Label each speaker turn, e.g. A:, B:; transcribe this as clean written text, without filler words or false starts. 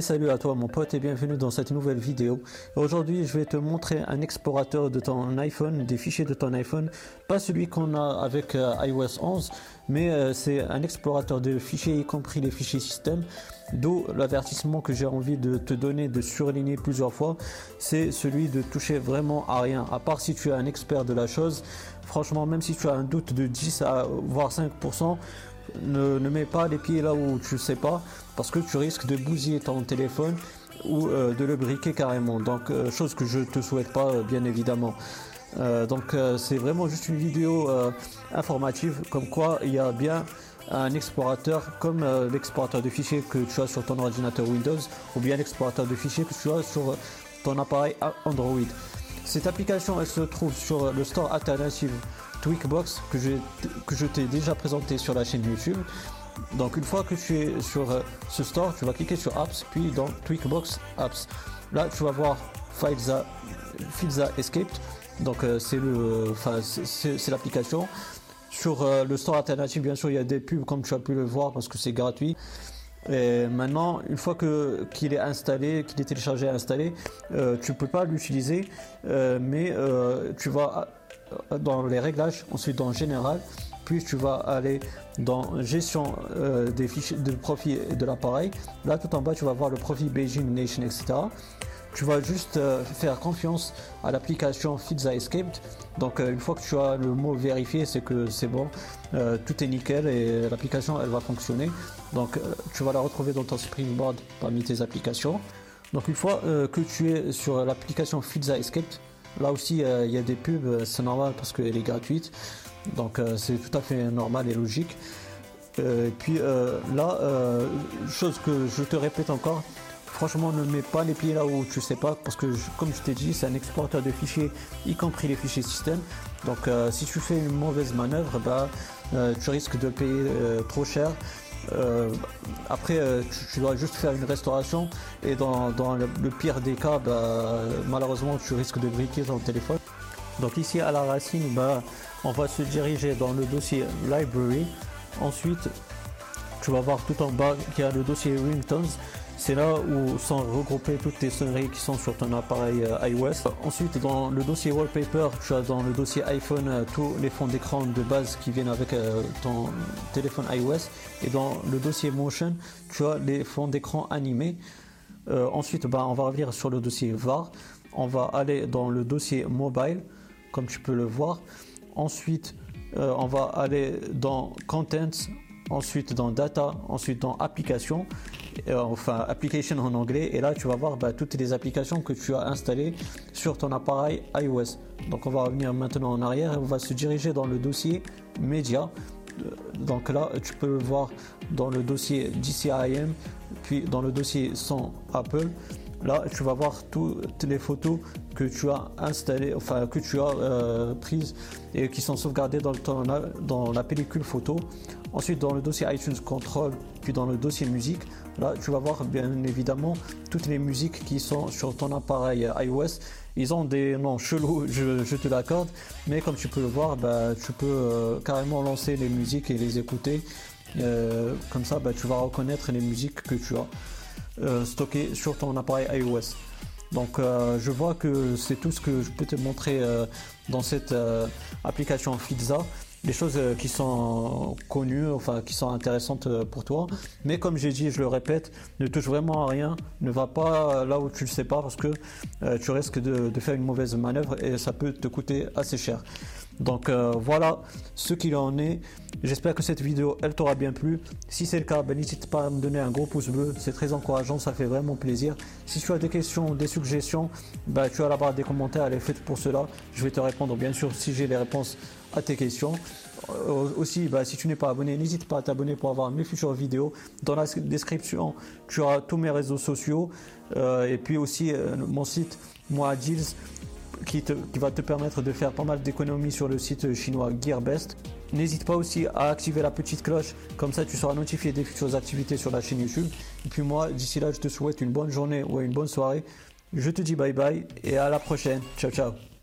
A: salut à toi mon pote et bienvenue dans cette nouvelle vidéo. Aujourd'hui je vais te montrer un explorateur de ton iPhone, des fichiers de ton iPhone, pas celui qu'on a avec iOS 11, mais c'est un explorateur de fichiers y compris les fichiers système. D'où l'avertissement que j'ai envie de te donner, de surligner plusieurs fois, c'est celui de toucher vraiment à rien, à part si tu es un expert de la chose. Franchement, même si tu as un doute de 10 à voire 5%, ne mets pas les pieds là où tu ne sais pas, parce que tu risques de bousiller ton téléphone ou de le briquer carrément. Donc chose que je te souhaite pas, bien évidemment. C'est vraiment juste une vidéo informative, comme quoi il y a bien un explorateur comme l'explorateur de fichiers que tu as sur ton ordinateur Windows, ou bien l'explorateur de fichiers que tu as sur ton appareil Android. Cette application elle se trouve sur le store alternative Tweakbox que je t'ai déjà présenté sur la chaîne YouTube. Donc une fois que tu es sur ce store, tu vas cliquer sur Apps, puis dans Tweakbox Apps. Là tu vas voir Filza Escaped. Donc c'est l'application. Sur le store alternatif, bien sûr, il y a des pubs comme tu as pu le voir parce que c'est gratuit. Et maintenant, une fois qu'il est installé, qu'il est téléchargé et installé, tu peux pas l'utiliser, mais tu vas dans les réglages, ensuite dans général, puis tu vas aller dans gestion des fichiers de profil de l'appareil. Là, tout en bas, tu vas voir le profil Beijing Nation, etc. Tu vas juste faire confiance à l'application Filza Escaped. Donc une fois que tu as le mot vérifié, c'est que c'est bon, tout est nickel et l'application elle va fonctionner. Donc tu vas la retrouver dans ton Springboard parmi tes applications. Donc une fois que tu es sur l'application Filza Escaped, là aussi il y a des pubs, c'est normal parce qu'elle est gratuite. Donc c'est tout à fait normal et logique. Et puis chose que je te répète encore, franchement, ne mets pas les pieds là où tu sais pas, parce que comme je t'ai dit, c'est un explorateur de fichiers, y compris les fichiers système. Donc si tu fais une mauvaise manœuvre, tu risques de payer trop cher. Après, tu dois juste faire une restauration et dans le pire des cas, malheureusement, tu risques de briquer ton téléphone. Donc ici à la racine, on va se diriger dans le dossier Library. Ensuite, tu vas voir tout en bas qu'il y a le dossier Ringtones. C'est là où sont regroupées toutes tes sonneries qui sont sur ton appareil iOS. Ensuite, dans le dossier Wallpaper, tu as dans le dossier iPhone tous les fonds d'écran de base qui viennent avec ton téléphone iOS. Et dans le dossier Motion, tu as les fonds d'écran animés. Ensuite, on va revenir sur le dossier VAR. On va aller dans le dossier Mobile, comme tu peux le voir. Ensuite, on va aller dans Contents. Ensuite dans Data, ensuite dans Application, Application en anglais, et là tu vas voir toutes les applications que tu as installées sur ton appareil iOS. Donc on va revenir maintenant en arrière et on va se diriger dans le dossier Media. Donc là tu peux le voir dans le dossier DCIM, puis dans le dossier Son Apple. Là tu vas voir toutes les photos que tu as installées, que tu as prises et qui sont sauvegardées dans la pellicule photo. Ensuite dans le dossier iTunes Control, puis dans le dossier musique, là tu vas voir bien évidemment toutes les musiques qui sont sur ton appareil iOS. Ils ont des noms chelous, je te l'accorde, mais comme tu peux le voir, tu peux carrément lancer les musiques et les écouter. Comme ça tu vas reconnaître les musiques que tu as stockées sur ton appareil iOS. Donc je vois que c'est tout ce que je peux te montrer dans cette application Filza. Des choses qui sont connues, qui sont intéressantes pour toi. Mais comme j'ai dit, je le répète, ne touche vraiment à rien, ne va pas là où tu ne le sais pas, parce que tu risques de faire une mauvaise manœuvre et ça peut te coûter assez cher. Donc voilà ce qu'il en est. J'espère que cette vidéo elle t'aura bien plu. Si c'est le cas, n'hésite pas à me donner un gros pouce bleu, c'est très encourageant, ça fait vraiment plaisir. Si tu as des questions, des suggestions, tu as la barre des commentaires, elle est faite pour cela. Je vais te répondre bien sûr si j'ai les réponses à tes questions. Aussi, si tu n'es pas abonné, n'hésite pas à t'abonner pour avoir mes futures vidéos. Dans la description, tu auras tous mes réseaux sociaux et puis aussi mon site Moadils qui va te permettre de faire pas mal d'économies sur le site chinois Gearbest. N'hésite pas aussi à activer la petite cloche, comme ça tu seras notifié des futures activités sur la chaîne YouTube. Et puis moi, d'ici là, je te souhaite une bonne journée ou une bonne soirée. Je te dis bye bye et à la prochaine. Ciao ciao.